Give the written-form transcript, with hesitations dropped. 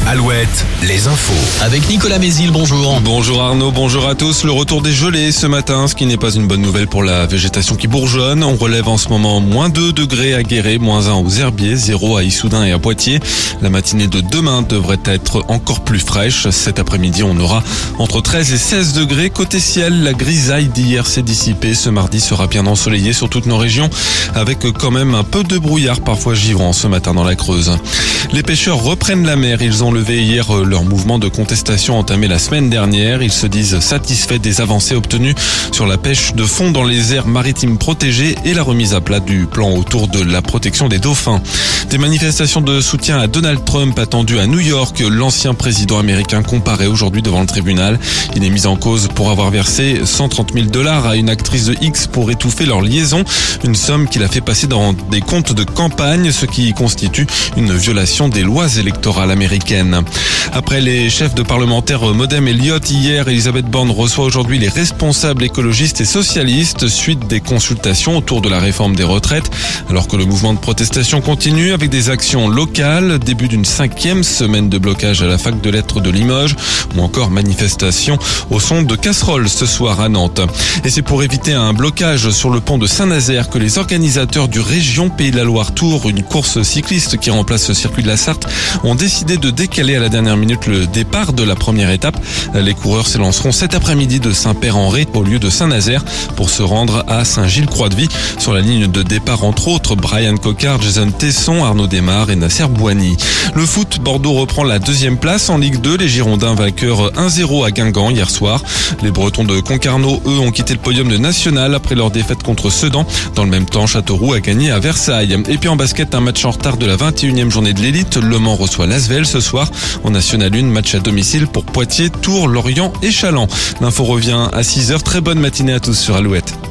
Alouette, les infos. Avec Nicolas Mézil, bonjour. Bonjour Arnaud, bonjour à tous. Le retour des gelées ce matin, ce qui n'est pas une bonne nouvelle pour la végétation qui bourgeonne. On relève en ce moment moins 2 degrés à Guéret, moins 1 aux Herbiers, 0 à Issoudun et à Poitiers. La matinée de demain devrait être encore plus fraîche. Cet après-midi, on aura entre 13 et 16 degrés. Côté ciel, la grisaille d'hier s'est dissipée. Ce mardi sera bien ensoleillé sur toutes nos régions, avec quand même un peu de brouillard parfois givrant ce matin dans la Creuse. Les pêcheurs reprennent la mer. Ils ont levé hier leur mouvement de contestation entamé la semaine dernière. Ils se disent satisfaits des avancées obtenues sur la pêche de fond dans les aires maritimes protégées et la remise à plat du plan autour de la protection des dauphins. Des manifestations de soutien à Donald Trump attendues à New York. L'ancien président américain comparaît aujourd'hui devant le tribunal. Il est mis en cause pour avoir versé $130 000 à une actrice de X pour étouffer leur liaison. Une somme qu'il a fait passer dans des comptes de campagne, ce qui constitue une violation des lois électorales américaines. Après les chefs de parlementaires Modem et Lyot hier, Elisabeth Borne reçoit aujourd'hui les responsables écologistes et socialistes suite des consultations autour de la réforme des retraites. Alors que le mouvement de protestation continue avec des actions locales, début d'une 5e semaine de blocage à la fac de lettres de Limoges ou encore manifestation au son de casseroles ce soir à Nantes. Et c'est pour éviter un blocage sur le pont de Saint-Nazaire que les organisateurs du Région Pays de la Loire Tour, une course cycliste qui remplace ce circuit de la Sarthe, ont décidé de décaler à la dernière minute le départ de la première étape. Les coureurs s'élanceront cet après-midi de Saint-Père-en-Retz au lieu de Saint-Nazaire pour se rendre à Saint-Gilles-Croix-de-Vie. Sur la ligne de départ, entre autres, Brian Coquard, Jason Tesson, Arnaud Desmar et Nasser Bouhanni. Le foot, Bordeaux reprend la 2e place en Ligue 2. Les Girondins vainqueurs 1-0 à Guingamp hier soir. Les Bretons de Concarneau, eux, ont quitté le podium de National après leur défaite contre Sedan. Dans le même temps, Châteauroux a gagné à Versailles. Et puis en basket, un match en retard de la 21e journée de l'élite. Le Mans reçoit l'Asvel ce soir. En National 1, match à domicile pour Poitiers, Tours, Lorient et Challans. L'info revient à 6h. Très bonne matinée à tous sur Alouette.